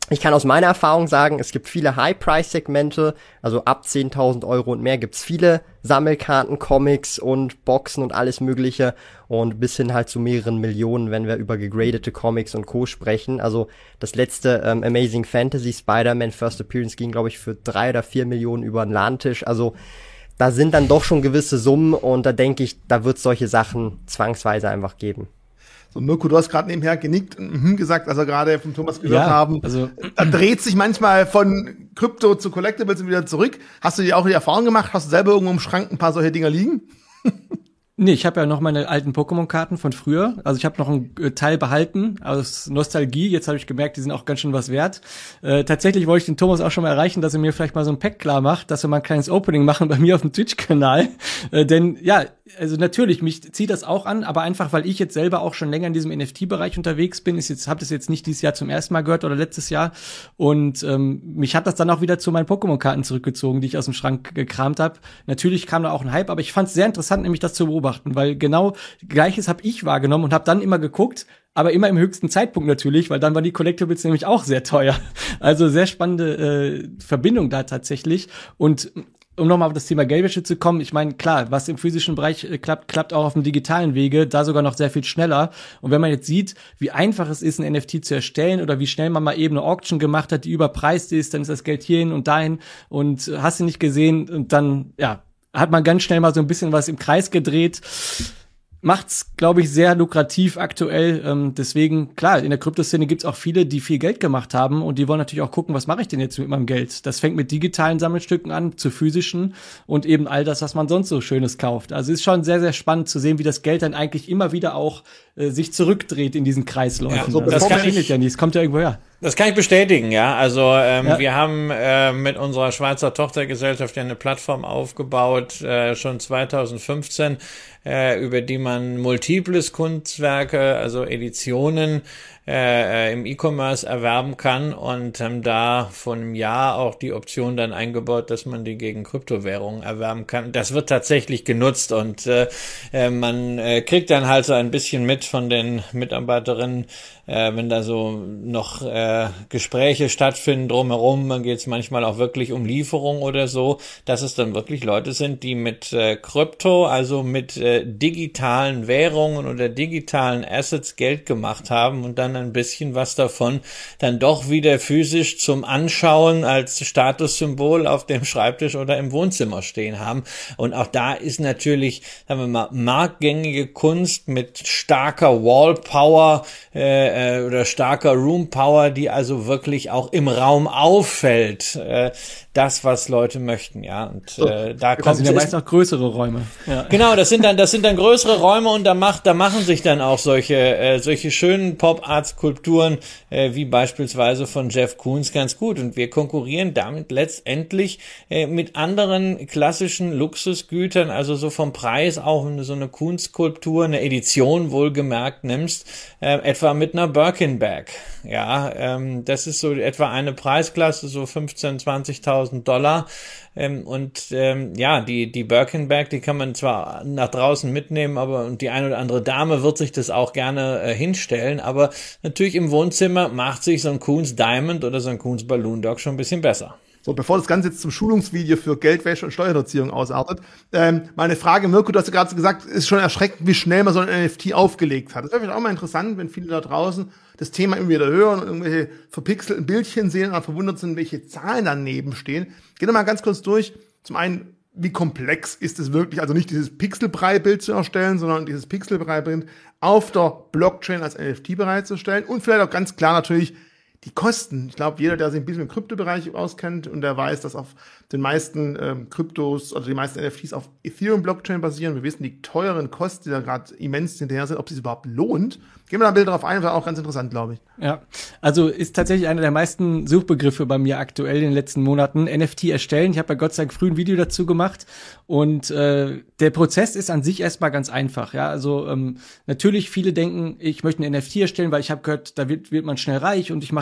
Ich kann aus meiner Erfahrung sagen, es gibt viele High-Price-Segmente, also ab 10.000 Euro und mehr gibt's viele Sammelkarten, Comics und Boxen und alles mögliche und bis hin halt zu mehreren Millionen, wenn wir über gegradete Comics und Co. sprechen. Also das letzte Amazing Fantasy Spider-Man First Appearance ging, glaube ich, für 3 oder 4 Millionen über den Ladentisch. Also da sind dann doch schon gewisse Summen und da denke ich, da wird es solche Sachen zwangsweise einfach geben. So, Mirko, du hast gerade nebenher genickt und gesagt, als wir gerade von Thomas gehört haben. Also er dreht sich manchmal von Krypto zu Collectibles und wieder zurück. Hast du dir auch die Erfahrung gemacht? Hast du selber irgendwo im Schrank ein paar solche Dinger liegen? Nee, ich habe ja noch meine alten Pokémon-Karten von früher. Also ich habe noch einen Teil behalten aus Nostalgie. Jetzt habe ich gemerkt, die sind auch ganz schön was wert. Tatsächlich wollte ich den Thomas auch schon mal erreichen, dass er mir vielleicht mal so ein Pack klar macht, dass wir mal ein kleines Opening machen bei mir auf dem Twitch-Kanal. Denn ja, also natürlich, mich zieht das auch an, aber einfach, weil ich jetzt selber auch schon länger in diesem NFT-Bereich unterwegs bin, habe das jetzt nicht dieses Jahr zum ersten Mal gehört oder letztes Jahr. Und mich hat das dann auch wieder zu meinen Pokémon-Karten zurückgezogen, die ich aus dem Schrank gekramt habe. Natürlich kam da auch ein Hype, aber ich fand es sehr interessant, nämlich das zu beobachten, weil genau Gleiches habe ich wahrgenommen und habe dann immer geguckt, aber immer im höchsten Zeitpunkt natürlich, weil dann waren die Collectibles nämlich auch sehr teuer. Also sehr spannende Verbindung da tatsächlich. Und um nochmal auf das Thema Geldwäsche zu kommen, ich meine, klar, was im physischen Bereich klappt auch auf dem digitalen Wege, da sogar noch sehr viel schneller. Und wenn man jetzt sieht, wie einfach es ist, ein NFT zu erstellen oder wie schnell man mal eben eine Auction gemacht hat, die überpreist ist, dann ist das Geld hierhin und dahin und hast du nicht gesehen und dann, ja, hat man ganz schnell mal so ein bisschen was im Kreis gedreht. Macht's, glaube ich, sehr lukrativ aktuell. Deswegen, klar, in der Kryptoszene gibt's auch viele, die viel Geld gemacht haben und die wollen natürlich auch gucken, was mache ich denn jetzt mit meinem Geld? Das fängt mit digitalen Sammelstücken an, zu physischen und eben all das, was man sonst so Schönes kauft. Also ist schon sehr, sehr spannend zu sehen, wie das Geld dann eigentlich immer wieder auch sich zurückdreht in diesen Kreisläufen. Ja, also, das verschwindet ja nicht, es kommt ja irgendwo her. Das kann ich bestätigen, ja. Also wir haben mit unserer Schweizer Tochtergesellschaft ja eine Plattform aufgebaut, schon 2015, über die man multiples Kunstwerke, also Editionen im E-Commerce erwerben kann und haben da vor einem Jahr auch die Option dann eingebaut, dass man die gegen Kryptowährungen erwerben kann. Das wird tatsächlich genutzt und man kriegt dann halt so ein bisschen mit von den Mitarbeiterinnen, wenn da so noch Gespräche stattfinden drumherum, dann geht es manchmal auch wirklich um Lieferung oder so, dass es dann wirklich Leute sind, die mit Krypto, also mit digitalen Währungen oder digitalen Assets Geld gemacht haben und dann ein bisschen was davon dann doch wieder physisch zum Anschauen als Statussymbol auf dem Schreibtisch oder im Wohnzimmer stehen haben. Und auch da ist natürlich, sagen wir mal, marktgängige Kunst mit starker Wallpower oder starker Roompower, die also wirklich auch im Raum auffällt, das, was Leute möchten, ja. Und da kommt sind ja meist auch größere Räume. Ja. Genau, das sind dann größere Räume und da machen sich dann auch solche schönen Pop-Art-Skulpturen wie beispielsweise von Jeff Koons ganz gut. Und wir konkurrieren damit letztendlich mit anderen klassischen Luxusgütern, also so vom Preis auch, wenn du so eine Koons-Skulptur, eine Edition wohlgemerkt nimmst, etwa mit einer Birkin-Bag. Ja, das ist so etwa eine Preisklasse, so 15.000, 20.000 $. Die Birkin-Bag, die kann man zwar nach draußen mitnehmen, aber und die eine oder andere Dame wird sich das auch gerne hinstellen, aber natürlich im Wohnzimmer macht sich so ein Koons Diamond oder so ein Koons Balloon Dog schon ein bisschen besser. So, bevor das Ganze jetzt zum Schulungsvideo für Geldwäsche und Steuerhinterziehung ausartet, meine Frage, Mirko, du hast ja gerade gesagt, ist schon erschreckend, wie schnell man so ein NFT aufgelegt hat. Das wäre vielleicht auch mal interessant, wenn viele da draußen das Thema immer wieder hören und irgendwelche verpixelten Bildchen sehen und verwundert sind, welche Zahlen daneben stehen. Geh doch mal ganz kurz durch. Zum einen, wie komplex ist es wirklich, also nicht dieses Pixelbrei-Bild zu erstellen, sondern dieses Pixelbrei-Bild auf der Blockchain als NFT bereitzustellen und vielleicht auch ganz klar natürlich die Kosten. Ich glaube, jeder, der sich ein bisschen im Kryptobereich auskennt und der weiß, dass auf den meisten Kryptos, also die meisten NFTs auf Ethereum-Blockchain basieren. Wir wissen, die teuren Kosten, die da gerade immens hinterher sind, ob es sich überhaupt lohnt. Gehen wir da ein Bild drauf ein, war auch ganz interessant, glaube ich. Ja, also ist tatsächlich einer der meisten Suchbegriffe bei mir aktuell in den letzten Monaten. NFT erstellen. Ich habe ja Gott sei Dank früh ein Video dazu gemacht und der Prozess ist an sich erstmal ganz einfach. Ja, also natürlich viele denken, ich möchte ein NFT erstellen, weil ich habe gehört, da wird man schnell reich und ich mache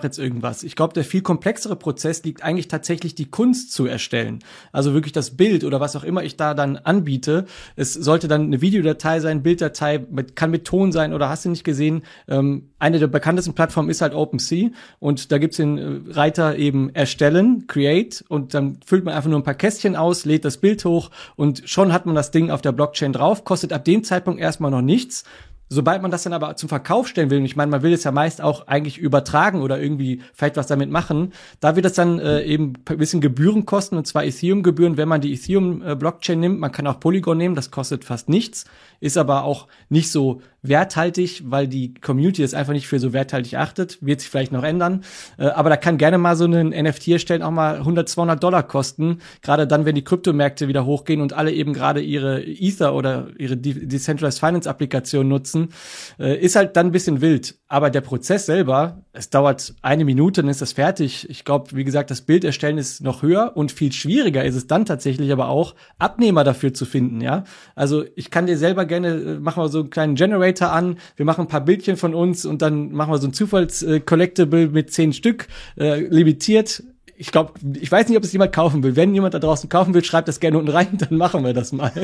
jetzt irgendwas. Ich glaube, der viel komplexere Prozess liegt eigentlich tatsächlich, die Kunst zu erstellen. Also wirklich das Bild oder was auch immer ich da dann anbiete. Es sollte dann eine Videodatei sein, Bilddatei, kann mit Ton sein oder hast du nicht gesehen. Eine der bekanntesten Plattformen ist halt OpenSea und da gibt's den Reiter eben erstellen, create und dann füllt man einfach nur ein paar Kästchen aus, lädt das Bild hoch und schon hat man das Ding auf der Blockchain drauf, kostet ab dem Zeitpunkt erstmal noch nichts. Sobald man das dann aber zum Verkauf stellen will, und ich meine, man will es ja meist auch eigentlich übertragen oder irgendwie vielleicht was damit machen, da wird es dann eben ein bisschen Gebühren kosten, und zwar Ethereum-Gebühren, wenn man die Ethereum-Blockchain nimmt. Man kann auch Polygon nehmen, das kostet fast nichts, ist aber auch nicht so werthaltig, weil die Community das einfach nicht für so werthaltig achtet, wird sich vielleicht noch ändern, aber da kann gerne mal so einen NFT erstellen auch mal $100-200 kosten, gerade dann, wenn die Kryptomärkte wieder hochgehen und alle eben gerade ihre Ether oder ihre Decentralized Finance Applikation nutzen, ist halt dann ein bisschen wild, aber der Prozess selber, es dauert 1 Minute, dann ist das fertig. Ich glaube, wie gesagt, das Bild erstellen ist noch höher und viel schwieriger ist es dann tatsächlich aber auch, Abnehmer dafür zu finden, ja. Also ich kann dir selber gerne, machen wir so einen kleinen Generator an, wir machen ein paar Bildchen von uns und dann machen wir so ein Zufalls-Collectible mit 10 Stück, limitiert. Ich glaube, ich weiß nicht, ob es jemand kaufen will. Wenn jemand da draußen kaufen will, schreibt das gerne unten rein, dann machen wir das mal.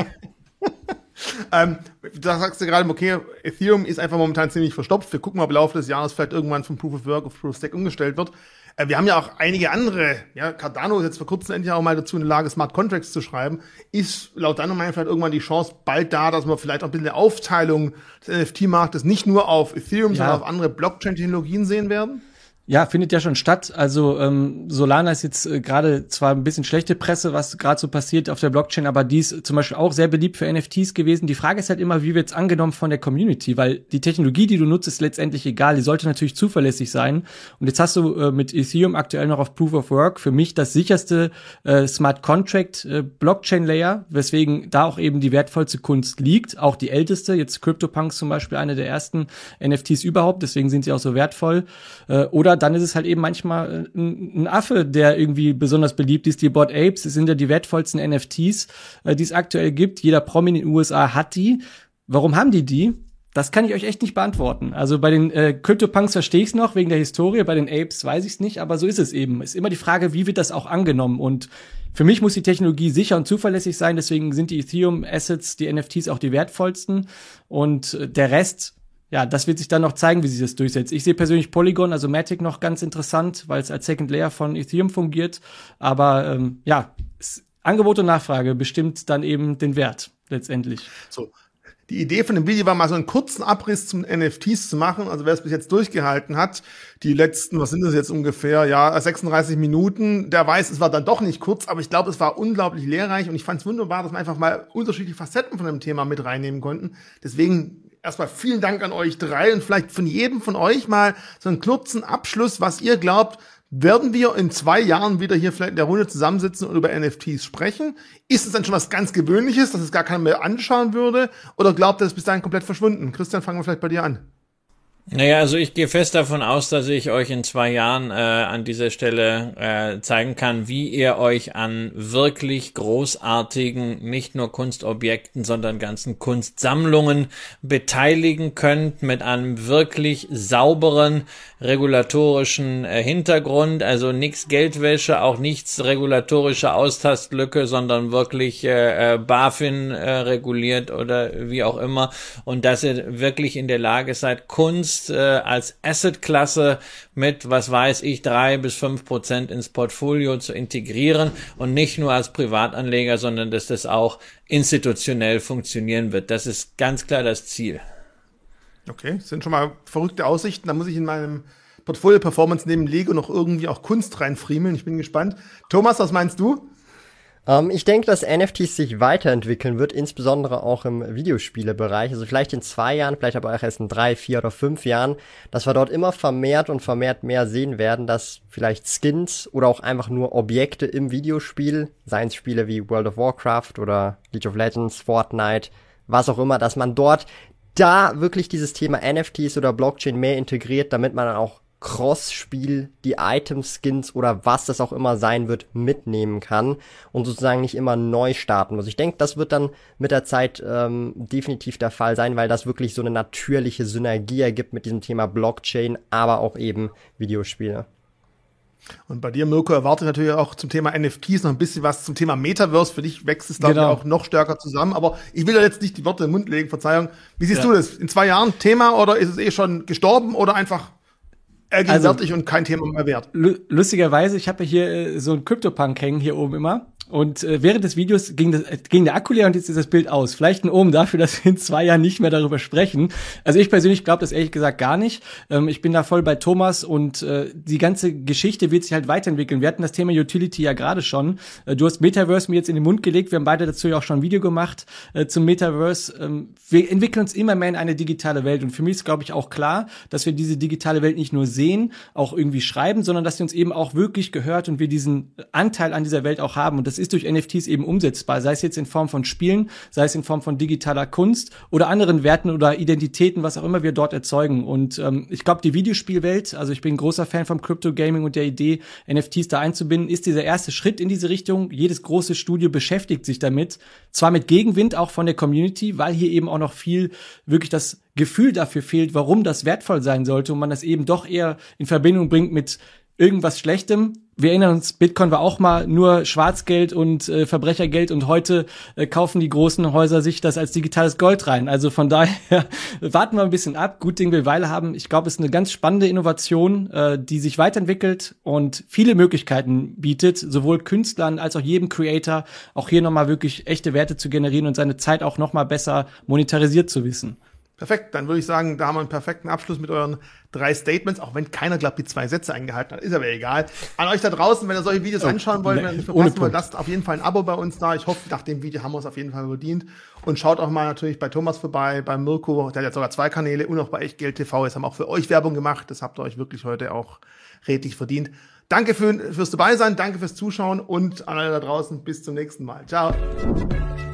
Da sagst du gerade, okay, Ethereum ist einfach momentan ziemlich verstopft. Wir gucken mal, ob im Laufe des Jahres vielleicht irgendwann von Proof of Work auf Proof of Stake umgestellt wird. Wir haben ja auch einige andere, ja, Cardano ist jetzt vor kurzem endlich auch mal dazu in der Lage, Smart Contracts zu schreiben. Ist laut deiner Meinung vielleicht irgendwann die Chance bald da, dass wir vielleicht auch ein bisschen eine Aufteilung des NFT-Marktes nicht nur auf Ethereum, sondern auf andere Blockchain-Technologien sehen werden? Ja, findet ja schon statt. Also Solana ist jetzt gerade zwar ein bisschen schlechte Presse, was gerade so passiert auf der Blockchain, aber die ist zum Beispiel auch sehr beliebt für NFTs gewesen. Die Frage ist halt immer, wie wird's angenommen von der Community? Weil die Technologie, die du nutzt, ist letztendlich egal. Die sollte natürlich zuverlässig sein. Und jetzt hast du mit Ethereum aktuell noch auf Proof of Work für mich das sicherste Smart Contract Blockchain Layer, weswegen da auch eben die wertvollste Kunst liegt. Auch die älteste. Jetzt CryptoPunks zum Beispiel, eine der ersten NFTs überhaupt. Deswegen sind sie auch so wertvoll. Oder dann ist es halt eben manchmal ein Affe, der irgendwie besonders beliebt ist. Die Bored Apes sind ja die wertvollsten NFTs, die es aktuell gibt. Jeder Promi in den USA hat die. Warum haben die? Das kann ich euch echt nicht beantworten. Also bei den CryptoPunks verstehe ich es noch, wegen der Historie. Bei den Apes weiß ich es nicht, aber so ist es eben. Ist immer die Frage, wie wird das auch angenommen? Und für mich muss die Technologie sicher und zuverlässig sein. Deswegen sind die Ethereum-Assets, die NFTs auch die wertvollsten. Und der Rest, ja, das wird sich dann noch zeigen, wie sich das durchsetzt. Ich sehe persönlich Polygon, also Matic, noch ganz interessant, weil es als Second Layer von Ethereum fungiert. Aber Angebot und Nachfrage bestimmt dann eben den Wert letztendlich. So. Die Idee von dem Video war mal so einen kurzen Abriss zum NFTs zu machen. Also wer es bis jetzt durchgehalten hat, die letzten, was sind das jetzt ungefähr, 36 Minuten, der weiß, es war dann doch nicht kurz, aber ich glaube, es war unglaublich lehrreich und ich fand es wunderbar, dass wir einfach mal unterschiedliche Facetten von dem Thema mit reinnehmen konnten. Deswegen erstmal vielen Dank an euch 3 und vielleicht von jedem von euch mal so einen kurzen Abschluss, was ihr glaubt, werden wir in 2 Jahren wieder hier vielleicht in der Runde zusammensitzen und über NFTs sprechen? Ist es dann schon was ganz Gewöhnliches, dass es gar keiner mehr anschauen würde? Oder glaubt ihr, es ist bis dahin komplett verschwunden? Christian, fangen wir vielleicht bei dir an. Naja, also ich gehe fest davon aus, dass ich euch in 2 Jahren an dieser Stelle zeigen kann, wie ihr euch an wirklich großartigen, nicht nur Kunstobjekten, sondern ganzen Kunstsammlungen beteiligen könnt mit einem wirklich sauberen regulatorischen Hintergrund, also nichts Geldwäsche, auch nichts regulatorische Austastlücke, sondern wirklich BaFin reguliert oder wie auch immer, und dass ihr wirklich in der Lage seid, Kunst als Assetklasse mit, 3-5% ins Portfolio zu integrieren und nicht nur als Privatanleger, sondern dass das auch institutionell funktionieren wird. Das ist ganz klar das Ziel. Okay, das sind schon mal verrückte Aussichten. Da muss ich in meinem Portfolio-Performance neben Lego noch irgendwie auch Kunst reinfriemeln. Ich bin gespannt. Thomas, was meinst du? Ich denke, dass NFTs sich weiterentwickeln wird, insbesondere auch im Videospielebereich. Also vielleicht in 2 Jahren, vielleicht aber auch erst in 3, 4 oder 5 Jahren, dass wir dort immer vermehrt mehr sehen werden, dass vielleicht Skins oder auch einfach nur Objekte im Videospiel, seien es Spiele wie World of Warcraft oder League of Legends, Fortnite, was auch immer, dass man dort da wirklich dieses Thema NFTs oder Blockchain mehr integriert, damit man dann auch Cross-Spiel die Item-Skins oder was das auch immer sein wird, mitnehmen kann und sozusagen nicht immer neu starten muss. Ich denke, das wird dann mit der Zeit definitiv der Fall sein, weil das wirklich so eine natürliche Synergie ergibt mit diesem Thema Blockchain, aber auch eben Videospiele. Und bei dir, Mirko, erwarte ich natürlich auch zum Thema NFTs noch ein bisschen was zum Thema Metaverse. Für dich wächst es, glaube ich, auch noch stärker zusammen. Aber ich will da jetzt nicht die Worte im Mund legen, Verzeihung. Wie siehst du das? In 2 Jahren Thema oder ist es eh schon gestorben oder einfach allgegenwärtig und kein Thema mehr wert? Lustigerweise, ich habe ja hier so einen CryptoPunk hängen hier oben immer. Und während des Videos ging der Akku leer und jetzt ist das Bild aus. Vielleicht ein Omen dafür, dass wir in 2 Jahren nicht mehr darüber sprechen. Also ich persönlich glaube das ehrlich gesagt gar nicht. Ich bin da voll bei Thomas und die ganze Geschichte wird sich halt weiterentwickeln. Wir hatten das Thema Utility ja gerade schon. Du hast Metaverse mir jetzt in den Mund gelegt. Wir haben beide dazu ja auch schon ein Video gemacht zum Metaverse. Wir entwickeln uns immer mehr in eine digitale Welt. Und für mich ist, glaube ich, auch klar, dass wir diese digitale Welt nicht nur sehen, auch irgendwie schreiben, sondern dass sie uns eben auch wirklich gehört und wir diesen Anteil an dieser Welt auch haben. Und das ist durch NFTs eben umsetzbar, sei es jetzt in Form von Spielen, sei es in Form von digitaler Kunst oder anderen Werten oder Identitäten, was auch immer wir dort erzeugen. Und ich glaube, die Videospielwelt, also ich bin ein großer Fan vom Crypto Gaming und der Idee, NFTs da einzubinden, ist dieser erste Schritt in diese Richtung. Jedes große Studio beschäftigt sich damit, zwar mit Gegenwind auch von der Community, weil hier eben auch noch viel wirklich das Gefühl dafür fehlt, warum das wertvoll sein sollte und man das eben doch eher in Verbindung bringt mit irgendwas Schlechtem. Wir erinnern uns, Bitcoin war auch mal nur Schwarzgeld und Verbrechergeld und heute kaufen die großen Häuser sich das als digitales Gold rein. Also von daher warten wir ein bisschen ab. Gut Ding will Weile haben. Ich glaube, es ist eine ganz spannende Innovation, die sich weiterentwickelt und viele Möglichkeiten bietet, sowohl Künstlern als auch jedem Creator, auch hier nochmal wirklich echte Werte zu generieren und seine Zeit auch nochmal besser monetarisiert zu wissen. Perfekt, dann würde ich sagen, da haben wir einen perfekten Abschluss mit euren 3 Statements, auch wenn keiner, glaube ich, die 2 Sätze eingehalten hat, ist aber egal. An euch da draußen, wenn ihr solche Videos anschauen wollt, wenn ihr nicht verpassen wollt, lasst auf jeden Fall ein Abo bei uns da. Ich hoffe, nach dem Video haben wir es auf jeden Fall verdient. Und schaut auch mal natürlich bei Thomas vorbei, bei Mirko, der hat jetzt sogar 2 Kanäle und auch bei Echtgeld TV. Jetzt haben wir auch für euch Werbung gemacht, das habt ihr euch wirklich heute auch redlich verdient. Danke fürs Dabeisein, danke fürs Zuschauen und an alle da draußen, bis zum nächsten Mal. Ciao.